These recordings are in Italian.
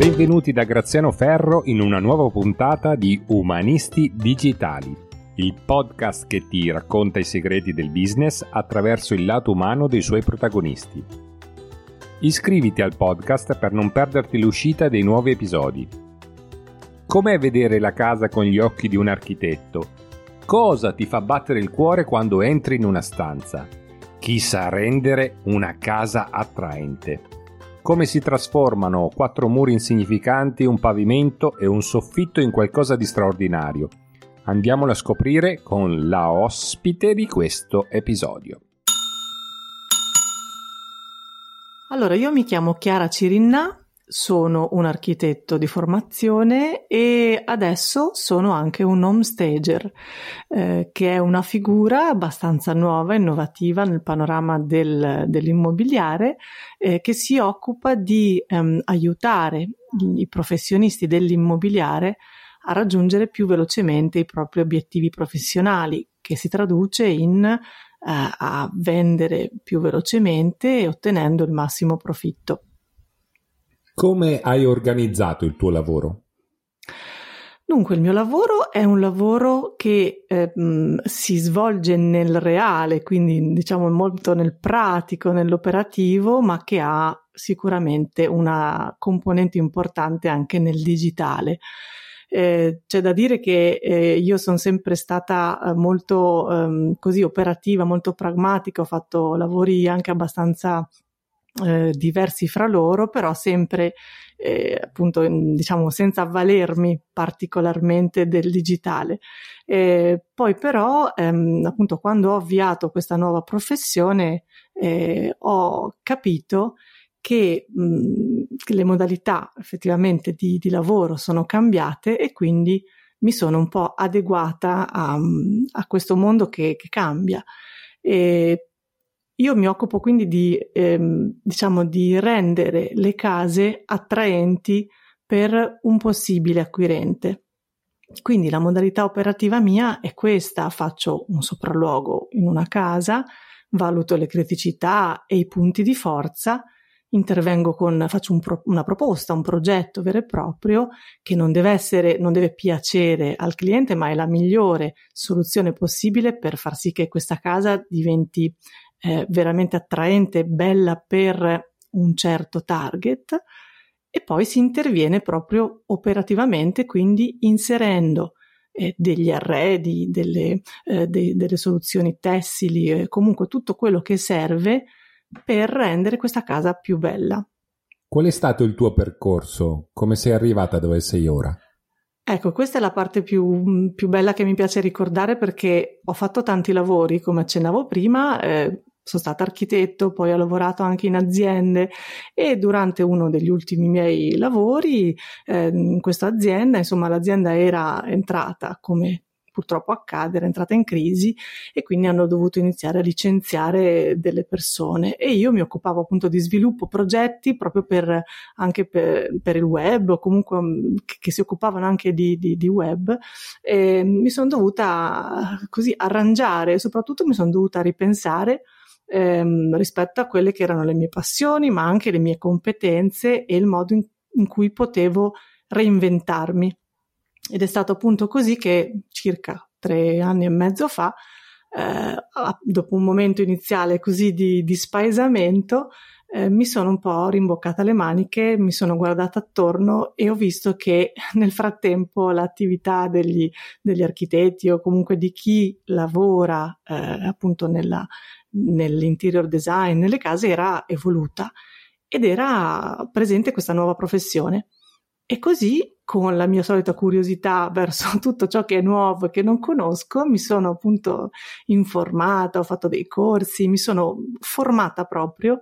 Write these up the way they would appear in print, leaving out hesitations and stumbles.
Benvenuti da Graziano Ferro in una nuova puntata di Umanisti Digitali, il podcast che ti racconta i segreti del business attraverso il lato umano dei suoi protagonisti. Iscriviti al podcast per non perderti l'uscita dei nuovi episodi. Com'è vedere la casa con gli occhi di un architetto? Cosa ti fa battere il cuore quando entri in una stanza? Chi sa rendere una casa attraente? Come si trasformano 4 muri insignificanti, un pavimento e un soffitto in qualcosa di straordinario? Andiamolo a scoprire con la ospite di questo episodio. Allora, io mi chiamo Chiara Cirinnà, sono un architetto di formazione e adesso sono anche un homestager, che è una figura abbastanza nuova, innovativa nel panorama dell'immobiliare, che si occupa di aiutare i professionisti dell'immobiliare a raggiungere più velocemente i propri obiettivi professionali, che si traduce in a vendere più velocemente e ottenendo il massimo profitto. Come hai organizzato il tuo lavoro? Dunque, il mio lavoro è un lavoro che si svolge nel reale, quindi diciamo molto nel pratico, nell'operativo, ma che ha sicuramente una componente importante anche nel digitale. C'è da dire che io sono sempre stata molto così operativa, molto pragmatica, ho fatto lavori anche abbastanza diversi fra loro, però sempre appunto diciamo senza avvalermi particolarmente del digitale. Poi però appunto quando ho avviato questa nuova professione ho capito che le modalità effettivamente di lavoro sono cambiate e quindi mi sono un po' adeguata a questo mondo che cambia. Io mi occupo quindi diciamo di rendere le case attraenti per un possibile acquirente. Quindi la modalità operativa mia è questa: faccio un sopralluogo in una casa, valuto le criticità e i punti di forza, intervengo faccio una proposta, un progetto vero e proprio che non deve piacere al cliente, ma è la migliore soluzione possibile per far sì che questa casa diventi veramente attraente, bella per un certo target, e poi si interviene proprio operativamente, quindi inserendo degli arredi, delle soluzioni tessili, comunque tutto quello che serve per rendere questa casa più bella. Qual è stato il tuo percorso? Come sei arrivata dove sei ora? Ecco, questa è la parte più bella che mi piace ricordare, perché ho fatto tanti lavori, come accennavo prima, sono stata architetto, poi ho lavorato anche in aziende e durante uno degli ultimi miei lavori in questa azienda, insomma l'azienda era entrata, come purtroppo accade, era entrata in crisi e quindi hanno dovuto iniziare a licenziare delle persone e io mi occupavo appunto di sviluppo progetti proprio anche per il web, o comunque che si occupavano anche di web, e mi sono dovuta così arrangiare e soprattutto mi sono dovuta ripensare rispetto a quelle che erano le mie passioni, ma anche le mie competenze e il modo in cui potevo reinventarmi. Ed è stato appunto così che circa 3 anni e mezzo fa, dopo un momento iniziale così di spaesamento, mi sono un po' rimboccata le maniche, mi sono guardata attorno e ho visto che nel frattempo l'attività degli architetti o comunque di chi lavora appunto nell'interior design, nelle case, era evoluta ed era presente questa nuova professione. E così, con la mia solita curiosità verso tutto ciò che è nuovo e che non conosco, mi sono appunto informata, ho fatto dei corsi, mi sono formata proprio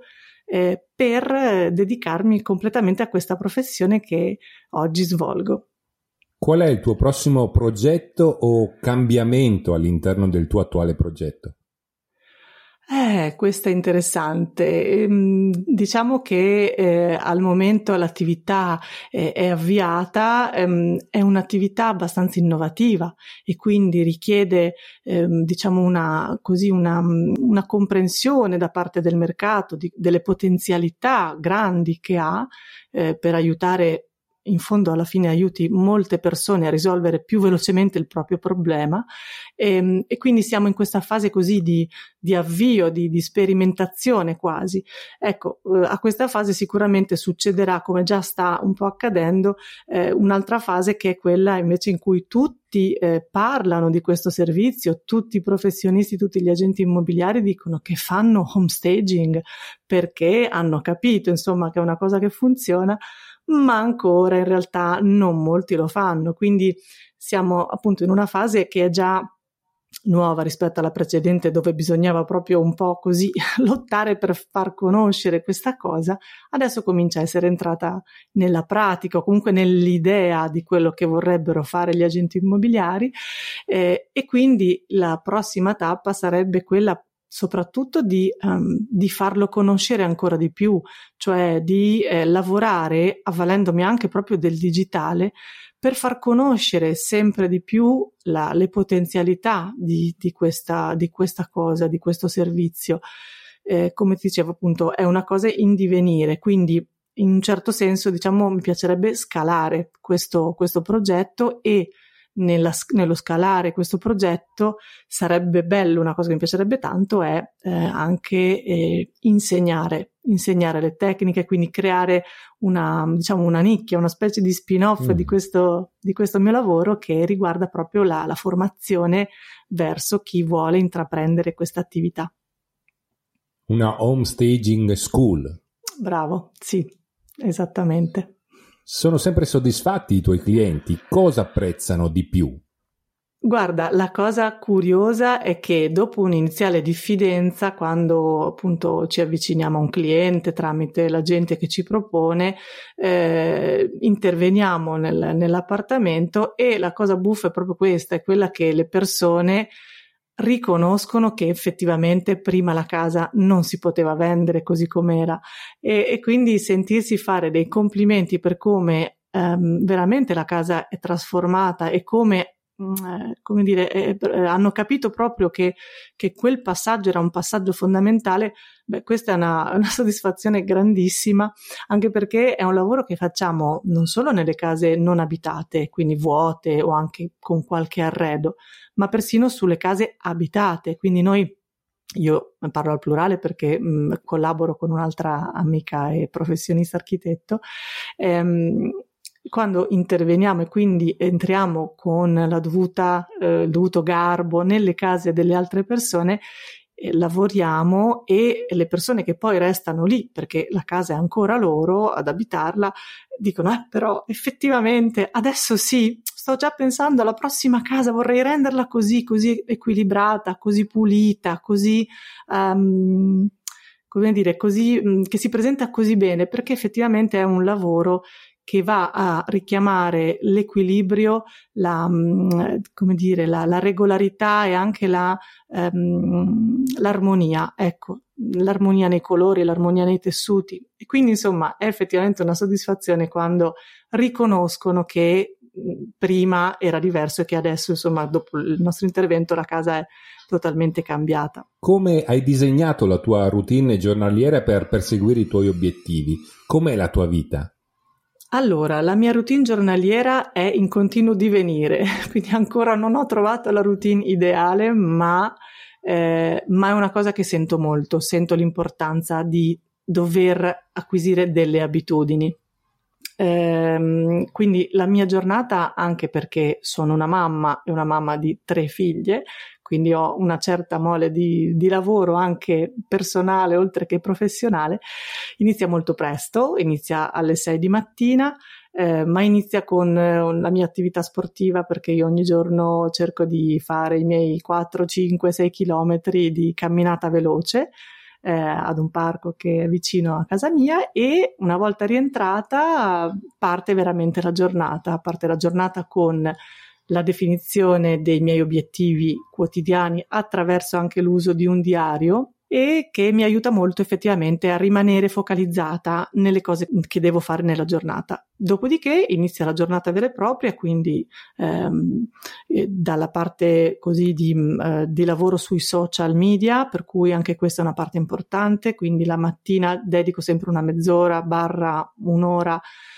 per dedicarmi completamente a questa professione che oggi svolgo. Qual è il tuo prossimo progetto o cambiamento all'interno del tuo attuale progetto? Questo è interessante. Diciamo che al momento l'attività è avviata, è un'attività abbastanza innovativa e quindi richiede diciamo una comprensione da parte del mercato delle potenzialità grandi che ha per aiutare in fondo alla fine aiuti molte persone a risolvere più velocemente il proprio problema, e quindi siamo in questa fase così di avvio, di sperimentazione quasi. Ecco, a questa fase sicuramente succederà, come già sta un po' accadendo, un'altra fase che è quella invece in cui tutti parlano di questo servizio, tutti i professionisti, tutti gli agenti immobiliari dicono che fanno home staging perché hanno capito, insomma, che è una cosa che funziona, ma ancora in realtà non molti lo fanno. Quindi siamo appunto in una fase che è già nuova rispetto alla precedente, dove bisognava proprio un po' così lottare per far conoscere questa cosa. Adesso comincia a essere entrata nella pratica, o comunque nell'idea di quello che vorrebbero fare gli agenti immobiliari, e quindi la prossima tappa sarebbe quella soprattutto di farlo conoscere ancora di più, cioè di lavorare avvalendomi anche proprio del digitale per far conoscere sempre di più le potenzialità di questa cosa, di questo servizio. Come ti dicevo, appunto, è una cosa in divenire, quindi in un certo senso, diciamo, mi piacerebbe scalare questo progetto, e nello scalare questo progetto sarebbe bello, una cosa che mi piacerebbe tanto è anche insegnare le tecniche, quindi creare una nicchia, una specie di spin-off di questo mio lavoro, che riguarda proprio la formazione verso chi vuole intraprendere questa attività. Una home staging school. Bravo, sì, esattamente. Sono sempre soddisfatti i tuoi clienti? Cosa apprezzano di più? Guarda, la cosa curiosa è che dopo un'iniziale diffidenza, quando appunto ci avviciniamo a un cliente tramite l'agente che ci propone, interveniamo nell'appartamento, e la cosa buffa è proprio questa, è quella che le persone riconoscono che effettivamente prima la casa non si poteva vendere così com'era, e quindi sentirsi fare dei complimenti per come veramente la casa è trasformata, e come dire, hanno capito proprio che quel passaggio era un passaggio fondamentale. Beh, questa è una soddisfazione grandissima, anche perché è un lavoro che facciamo non solo nelle case non abitate, quindi vuote o anche con qualche arredo, ma persino sulle case abitate. Quindi io parlo al plurale perché collaboro con un'altra amica e professionista architetto, quando interveniamo e quindi entriamo con il dovuto garbo nelle case delle altre persone, lavoriamo, e le persone che poi restano lì perché la casa è ancora loro ad abitarla dicono però effettivamente adesso sì, sto già pensando alla prossima casa, vorrei renderla così equilibrata, così pulita, così come dire, così che si presenta così bene, perché effettivamente è un lavoro che va a richiamare l'equilibrio, la regolarità e anche l'armonia, ecco, l'armonia nei colori, l'armonia nei tessuti. E quindi insomma è effettivamente una soddisfazione quando riconoscono che prima era diverso e che adesso, insomma, dopo il nostro intervento la casa è totalmente cambiata. Come hai disegnato la tua routine giornaliera per perseguire i tuoi obiettivi? Com'è la tua vita? Allora, la mia routine giornaliera è in continuo divenire, quindi ancora non ho trovato la routine ideale, ma è una cosa che sento molto, sento l'importanza di dover acquisire delle abitudini. Quindi la mia giornata, anche perché sono una mamma e una mamma di 3 figlie, quindi ho una certa mole di lavoro anche personale oltre che professionale, inizia molto presto, inizia alle 6 di mattina, ma inizia con la mia attività sportiva, perché io ogni giorno cerco di fare i miei 4, 5, 6 chilometri di camminata veloce ad un parco che è vicino a casa mia, e una volta rientrata parte veramente la giornata. Parte la giornata con la definizione dei miei obiettivi quotidiani attraverso anche l'uso di un diario, e che mi aiuta molto effettivamente a rimanere focalizzata nelle cose che devo fare nella giornata. Dopodiché inizia la giornata vera e propria, quindi dalla parte così di lavoro sui social media, per cui anche questa è una parte importante, quindi la mattina dedico sempre una mezz'ora / un'ora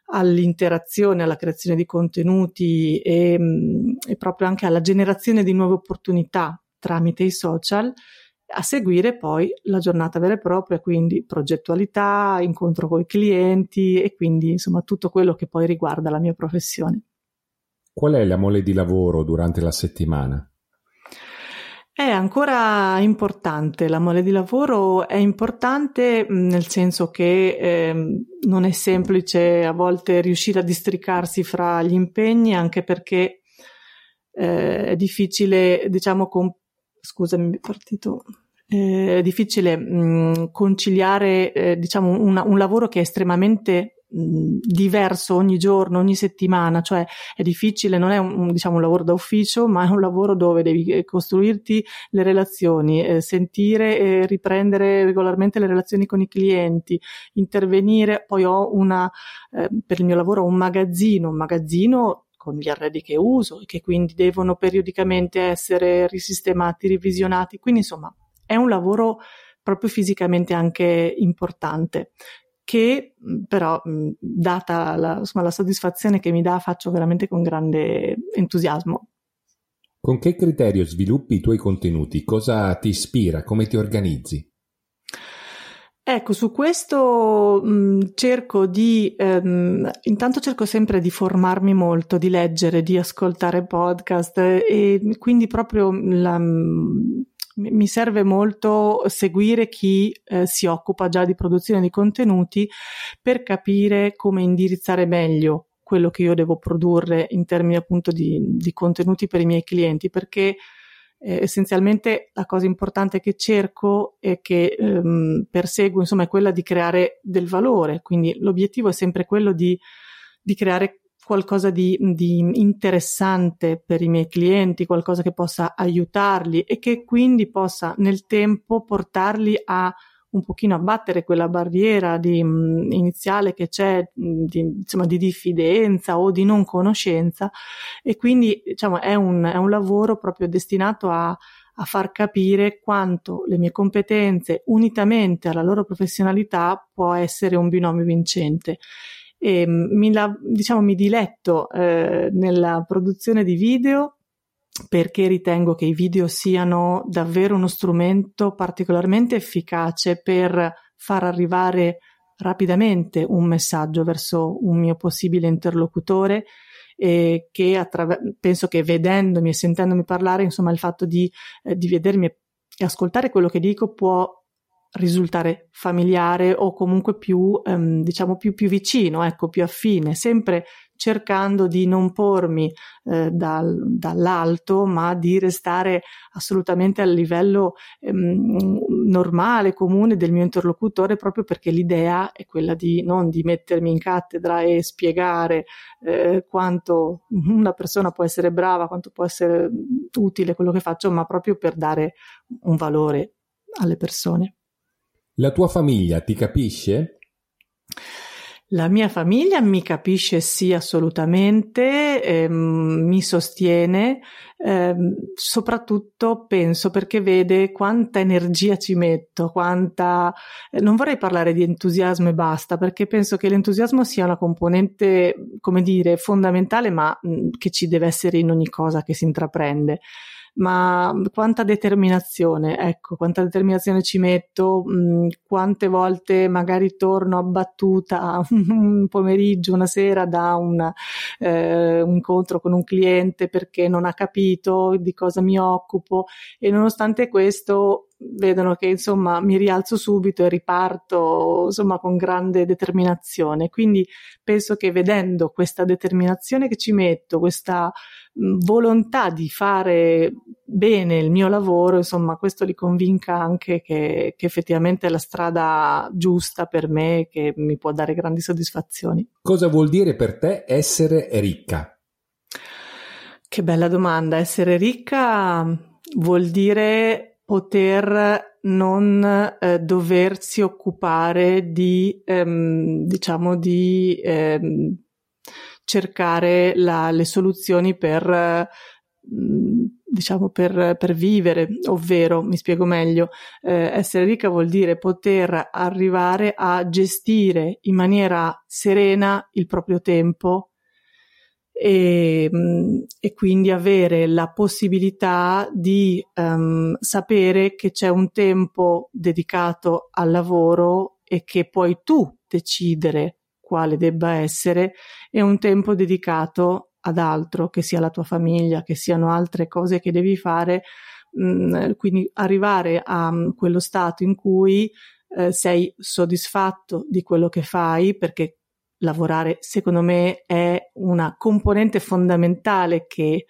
all'interazione, alla creazione di contenuti e proprio anche alla generazione di nuove opportunità tramite i social, a seguire poi la giornata vera e propria, quindi progettualità, incontro con i clienti e quindi insomma tutto quello che poi riguarda la mia professione. Qual è la mole di lavoro durante la settimana? È ancora importante, la mole di lavoro è importante nel senso che non è semplice a volte riuscire a districarsi fra gli impegni, anche perché è difficile, diciamo, scusami, è partito. È difficile conciliare diciamo un lavoro che è estremamente diverso ogni giorno, ogni settimana, cioè è difficile, non è diciamo un lavoro da ufficio, ma è un lavoro dove devi costruirti le relazioni, sentire e riprendere regolarmente le relazioni con i clienti, intervenire. Poi ho per il mio lavoro ho un magazzino con gli arredi che uso e che quindi devono periodicamente essere risistemati, revisionati, quindi insomma è un lavoro proprio fisicamente anche importante, che però data la soddisfazione che mi dà, faccio veramente con grande entusiasmo. Con che criterio sviluppi i tuoi contenuti? Cosa ti ispira? Come ti organizzi? Ecco, su questo intanto cerco sempre di formarmi molto, di leggere, di ascoltare podcast e quindi proprio mi serve molto seguire chi si occupa già di produzione di contenuti per capire come indirizzare meglio quello che io devo produrre in termini appunto di contenuti per i miei clienti, perché essenzialmente la cosa importante che cerco e che perseguo insomma è quella di creare del valore, quindi l'obiettivo è sempre quello di creare qualcosa di interessante per i miei clienti, qualcosa che possa aiutarli e che quindi possa nel tempo portarli a un pochino abbattere quella barriera iniziale che c'è insomma di diffidenza o di non conoscenza, e quindi diciamo è un lavoro proprio destinato a far capire quanto le mie competenze unitamente alla loro professionalità può essere un binomio vincente. E mi diletto nella produzione di video, perché ritengo che i video siano davvero uno strumento particolarmente efficace per far arrivare rapidamente un messaggio verso un mio possibile interlocutore, e che penso che vedendomi e sentendomi parlare, insomma il fatto di vedermi e ascoltare quello che dico può risultare familiare o comunque più diciamo più vicino, ecco, più affine, sempre cercando di non pormi dall'alto, ma di restare assolutamente al livello normale, comune del mio interlocutore, proprio perché l'idea è quella di non di mettermi in cattedra e spiegare quanto una persona può essere brava, quanto può essere utile quello che faccio, ma proprio per dare un valore alle persone. La tua famiglia ti capisce? La mia famiglia mi capisce, sì, assolutamente, mi sostiene, soprattutto penso perché vede quanta energia ci metto, non vorrei parlare di entusiasmo e basta, perché penso che l'entusiasmo sia una componente, come dire, fondamentale, ma che ci deve essere in ogni cosa che si intraprende. Ma quanta determinazione ci metto, quante volte magari torno abbattuta un pomeriggio, una sera da un incontro con un cliente perché non ha capito di cosa mi occupo, e nonostante questo vedono che insomma mi rialzo subito e riparto insomma con grande determinazione. Quindi penso che vedendo questa determinazione che ci metto, questa volontà di fare bene il mio lavoro, insomma questo li convinca anche che effettivamente è la strada giusta per me, che mi può dare grandi soddisfazioni. Cosa vuol dire per te essere ricca? Che bella domanda. Essere ricca vuol dire poter non doversi occupare di cercare le soluzioni per diciamo per vivere, ovvero, mi spiego meglio, essere ricca vuol dire poter arrivare a gestire in maniera serena il proprio tempo e quindi avere la possibilità di sapere che c'è un tempo dedicato al lavoro e che puoi tu decidere quale debba essere, e un tempo dedicato ad altro, che sia la tua famiglia, che siano altre cose che devi fare, quindi arrivare a quello stato in cui sei soddisfatto di quello che fai, perché lavorare secondo me è una componente fondamentale che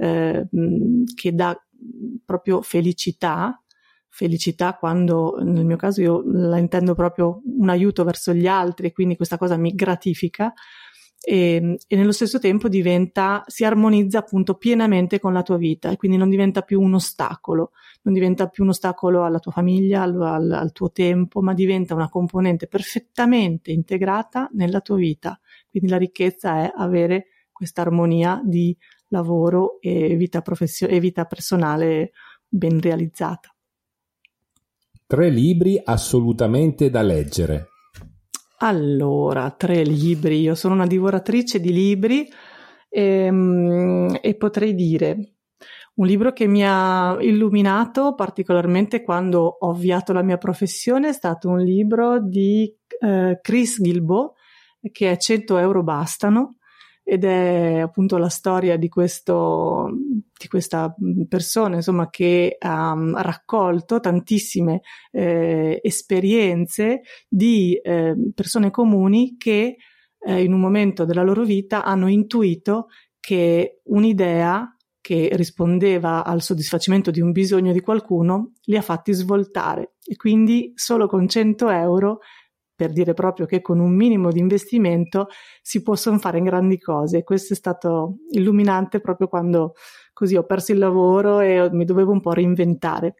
dà proprio felicità quando, nel mio caso, io la intendo proprio un aiuto verso gli altri, e quindi questa cosa mi gratifica e nello stesso tempo si armonizza appunto pienamente con la tua vita, e quindi non diventa più un ostacolo alla tua famiglia, al tuo tempo, ma diventa una componente perfettamente integrata nella tua vita. Quindi la ricchezza è avere questa armonia di lavoro e vita personale ben realizzata. 3 libri assolutamente da leggere. Allora, 3 libri. Io sono una divoratrice di libri e potrei dire un libro che mi ha illuminato particolarmente quando ho avviato la mia professione è stato un libro di Chris Guillebeau, che è 100 euro bastano, ed è appunto la storia di questa persona, insomma, che ha raccolto tantissime esperienze di persone comuni che in un momento della loro vita hanno intuito che un'idea che rispondeva al soddisfacimento di un bisogno di qualcuno li ha fatti svoltare, e quindi solo con 100 euro, per dire proprio che con un minimo di investimento si possono fare grandi cose. Questo è stato illuminante proprio quando così ho perso il lavoro e mi dovevo un po' reinventare.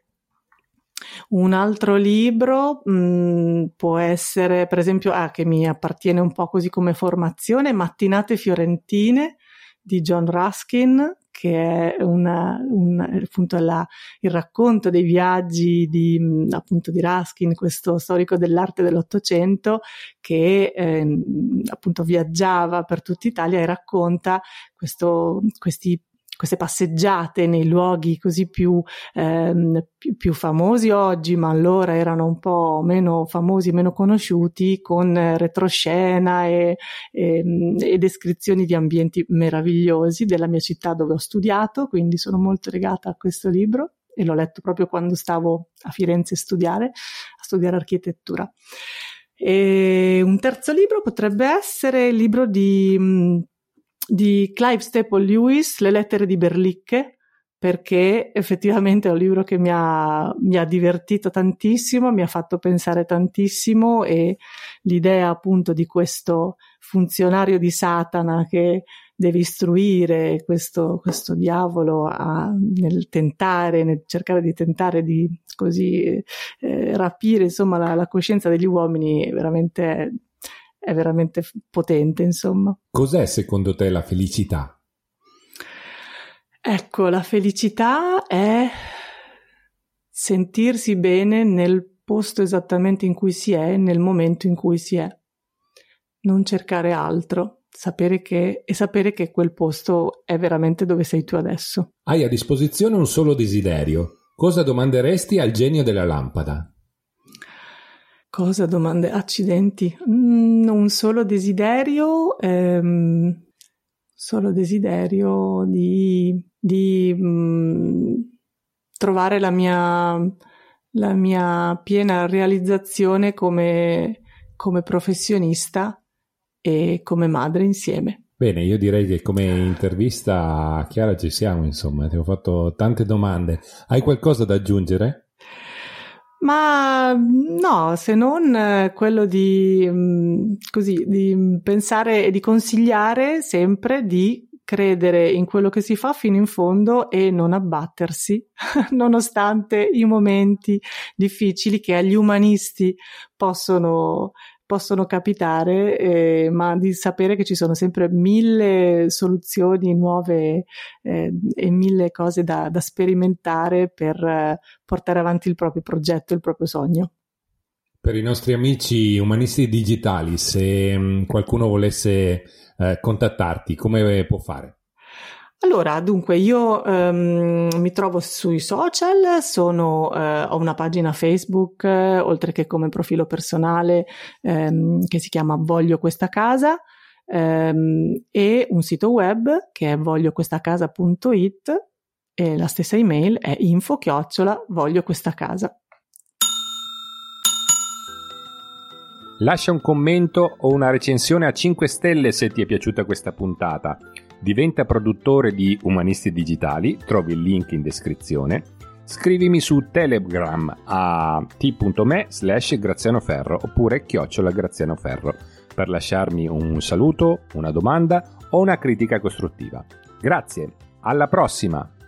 Un altro libro può essere, per esempio, che mi appartiene un po' così come formazione, Mattinate fiorentine di John Ruskin, che è appunto il racconto dei viaggi di Ruskin, questo storico dell'arte dell'Ottocento, che appunto viaggiava per tutta Italia e racconta queste passeggiate nei luoghi così più famosi oggi, ma allora erano un po' meno famosi, meno conosciuti, con retroscena e descrizioni di ambienti meravigliosi della mia città dove ho studiato, quindi sono molto legata a questo libro e l'ho letto proprio quando stavo a Firenze a studiare architettura. E un terzo libro potrebbe essere il libro di Clive Staple Lewis, Le lettere di Berlicche, perché effettivamente è un libro che mi ha divertito tantissimo, mi ha fatto pensare tantissimo, e l'idea appunto di questo funzionario di Satana che deve istruire questo diavolo nel cercare di tentare di così rapire insomma la coscienza degli uomini è veramente potente, insomma. Cos'è secondo te la felicità? Ecco, la felicità è sentirsi bene nel posto esattamente in cui si è, nel momento in cui si è. Non cercare altro, sapere che quel posto è veramente dove sei tu adesso. Hai a disposizione un solo desiderio. Cosa domanderesti al genio della lampada? Cosa domande? Accidenti. Un solo desiderio, di trovare la mia piena realizzazione come professionista e come madre insieme. Bene, io direi che come intervista, Chiara, ci siamo, insomma, ti ho fatto tante domande. Hai qualcosa da aggiungere? Ma no, se non quello di pensare e di consigliare sempre di credere in quello che si fa fino in fondo e non abbattersi, nonostante i momenti difficili che agli umanisti possono possono capitare, ma di sapere che ci sono sempre 1000 soluzioni nuove e 1000 cose da sperimentare per portare avanti il proprio progetto, il proprio sogno. Per i nostri amici umanisti digitali, se qualcuno volesse contattarti, come può fare? Allora, dunque, io mi trovo sui social, ho una pagina Facebook, oltre che come profilo personale, che si chiama Voglio Questa Casa, e un sito web che è voglioquestacasa.it, e la stessa email è info@voglioquestacasa. Lascia un commento o una recensione a 5 stelle se ti è piaciuta questa puntata. Diventa produttore di Umanisti Digitali, trovi il link in descrizione. Scrivimi su Telegram a t.me/GrazianoFerro oppure @GrazianoFerro per lasciarmi un saluto, una domanda o una critica costruttiva. Grazie, alla prossima!